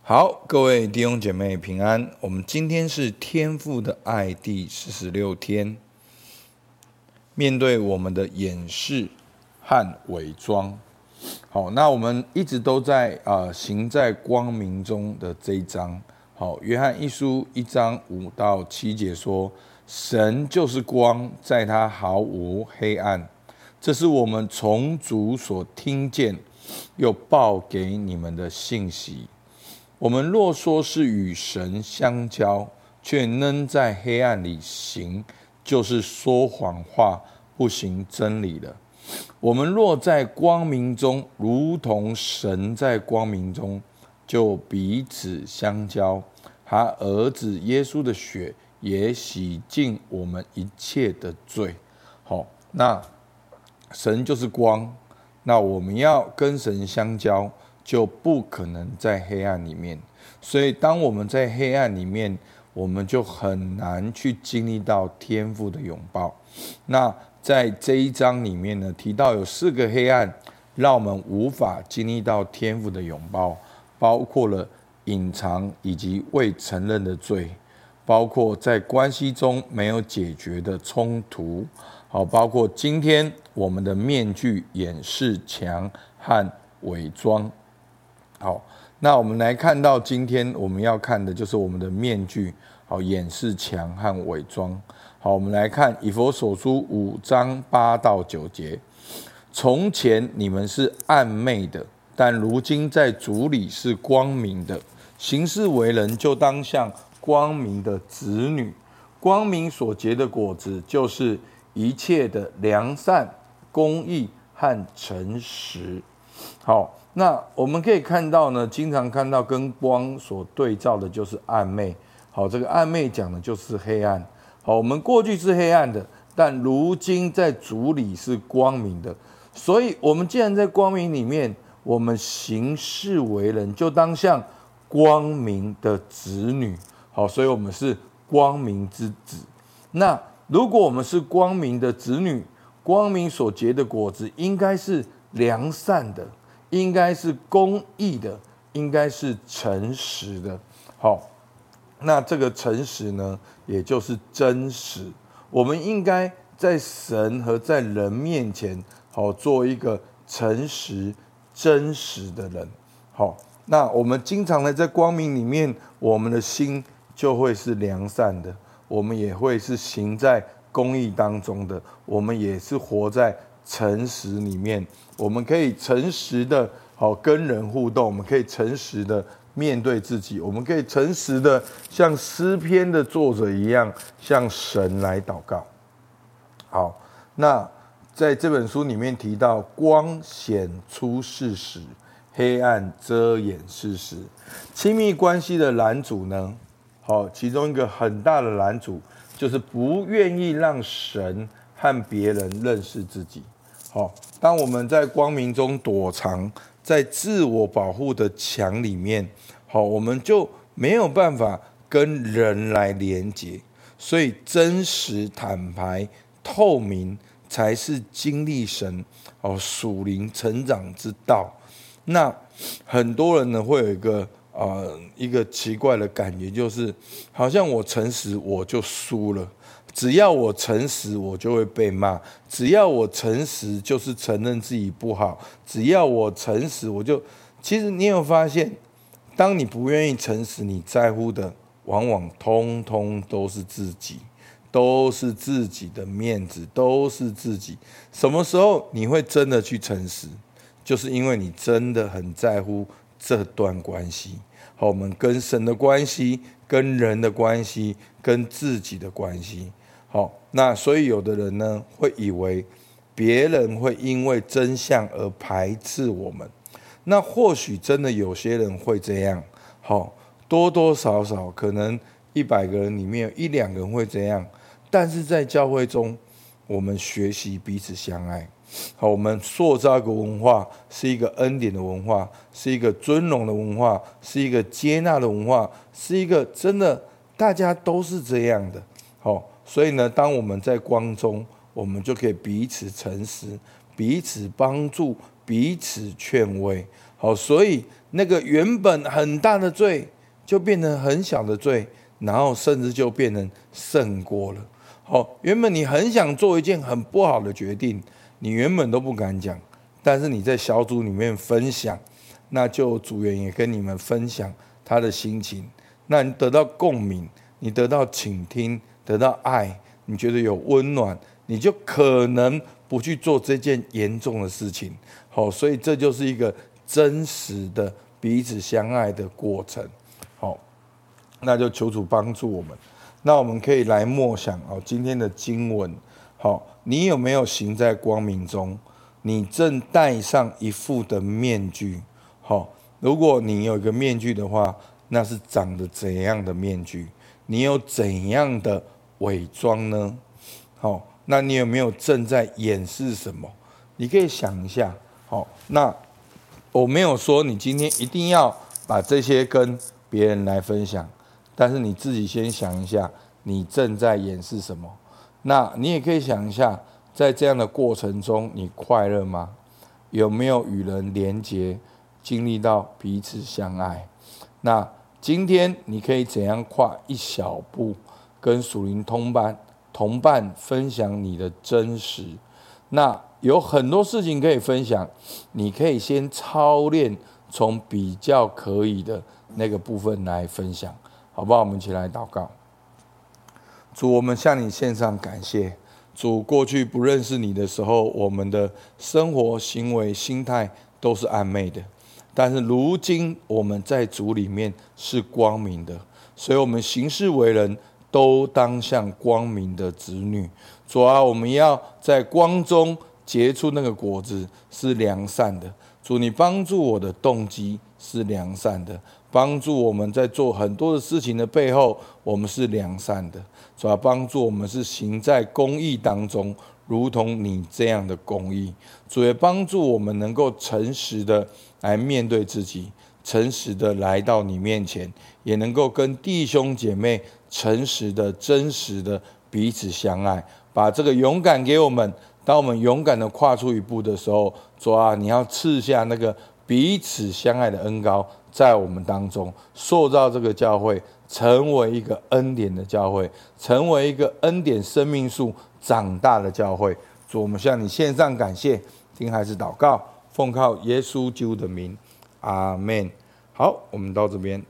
好，各位弟兄姐妹平安。我们今天是天父的爱第46天，面对我们的掩饰和伪装。好，那我们一直都在行在光明中的这一章。好，约翰一书1章5到7节说，神就是光，在他毫无黑暗。这是我们从主所听见又报给你们的信息。我们若说是与神相交，却仍在黑暗里行，就是说谎话，不行真理了。我们若在光明中，如同神在光明中，就彼此相交。他儿子耶稣的血也洗净我们一切的罪。好，那神就是光，那我们要跟神相交，就不可能在黑暗里面。所以当我们在黑暗里面，我们就很难去经历到天父的拥抱。那在这一章里面呢，提到有4个黑暗，让我们无法经历到天父的拥抱，包括了隐藏以及未承认的罪，包括在关系中没有解决的冲突，好，包括今天我们的面具、掩饰墙和伪装。好，那我们来看到今天我们要看的就是我们的面具，好，掩饰墙和伪装。好，我们来看以弗所书5章8到9节。从前你们是暗昧的，但如今在主里是光明的。行事为人，就当像光明的子女。光明所结的果子，就是一切的良善、公义和诚实。好，那我们可以看到呢，经常看到跟光所对照的就是暗昧。好，这个暗昧讲的就是黑暗。好，我们过去是黑暗的，但如今在主里是光明的。所以我们既然在光明里面，我们行事为人，就当像光明的子女。好，所以我们是光明之子。那如果我们是光明的子女，光明所结的果子应该是良善的，应该是公义的，应该是诚实的。好，那这个诚实呢，也就是真实。我们应该在神和在人面前，好，做一个诚实、真实的人。好，那我们经常的在光明里面，我们的心就会是良善的，我们也会是行在公义当中的，我们也是活在诚实里面。我们可以诚实的好跟人互动，我们可以诚实的面对自己，我们可以诚实的像诗篇的作者一样，向神来祷告。好，那在这本书里面提到，光显出事实，黑暗遮掩事实。亲密关系的拦阻呢，好，其中一个很大的拦阻就是不愿意让神和别人认识自己。好，当我们在光明中躲藏，在自我保护的墙里面，好，我们就没有办法跟人来连结。所以真实、坦白、透明才是经历神属灵成长之道。那很多人呢会有一个奇怪的感觉，就是好像我诚实我就输了，只要我诚实我就会被骂，只要我诚实就是承认自己不好，只要我诚实我就……其实你有发现，当你不愿意诚实，你在乎的往往通通都是自己，都是自己的面子，都是自己。什么时候你会真的去诚实？就是因为你真的很在乎这段关系。好，我们跟神的关系，跟人的关系，跟自己的关系。好，那所以有的人呢，会以为别人会因为真相而排斥我们。那或许真的有些人会这样。好，多多少少可能100个人里面有1-2个人会这样。但是在教会中，我们学习彼此相爱。好，我们塑造一个文化，是一个恩典的文化，是一个尊荣的文化，是一个接纳的文化，是一个真的大家都是这样的。好，所以呢，当我们在光中，我们就可以彼此诚实，彼此帮助，彼此劝慰。好，所以那个原本很大的罪就变成很小的罪，然后甚至就变成胜过了。原本你很想做一件很不好的决定，你原本都不敢讲，但是你在小组里面分享，那就组员也跟你们分享他的心情，那你得到共鸣，你得到倾听，得到爱，你觉得有温暖，你就可能不去做这件严重的事情。所以这就是一个真实的彼此相爱的过程。那就求主帮助我们。那我们可以来默想今天的经文。你有没有行在光明中？你正戴上一副的面具。如果你有一个面具的话，那是长得怎样的面具？你有怎样的伪装呢？那你有没有正在掩饰什么？你可以想一下。那我没有说你今天一定要把这些跟别人来分享，但是你自己先想一下，你正在掩饰什么？那你也可以想一下，在这样的过程中，你快乐吗？有没有与人连结，经历到彼此相爱？那今天你可以怎样跨一小步，跟属灵同伴分享你的真实？那有很多事情可以分享，你可以先操练从比较可以的那个部分来分享，好不好？我们一起来祷告。主，我们向你献上感谢。主，过去不认识你的时候，我们的生活、行为、心态都是暧昧的，但是如今我们在主里面是光明的，所以我们行事为人都当像光明的子女。主啊，我们要在光中结出那个果子，是良善的。主，你帮助我的动机是良善的，帮助我们在做很多的事情的背后，我们是良善的。主啊，帮助我们是行在公义当中，如同你这样的公义。主也帮助我们能够诚实的来面对自己，诚实的来到你面前，也能够跟弟兄姐妹诚实的、真实的彼此相爱。把这个勇敢给我们，当我们勇敢的跨出一步的时候，主啊，你要赐下那个彼此相爱的恩膏在我们当中，塑造这个教会成为一个恩典的教会，成为一个恩典生命树长大的教会。主，我们向你献上感谢，听孩子祷告，奉靠耶稣基督的名，阿们。好，我们到这边。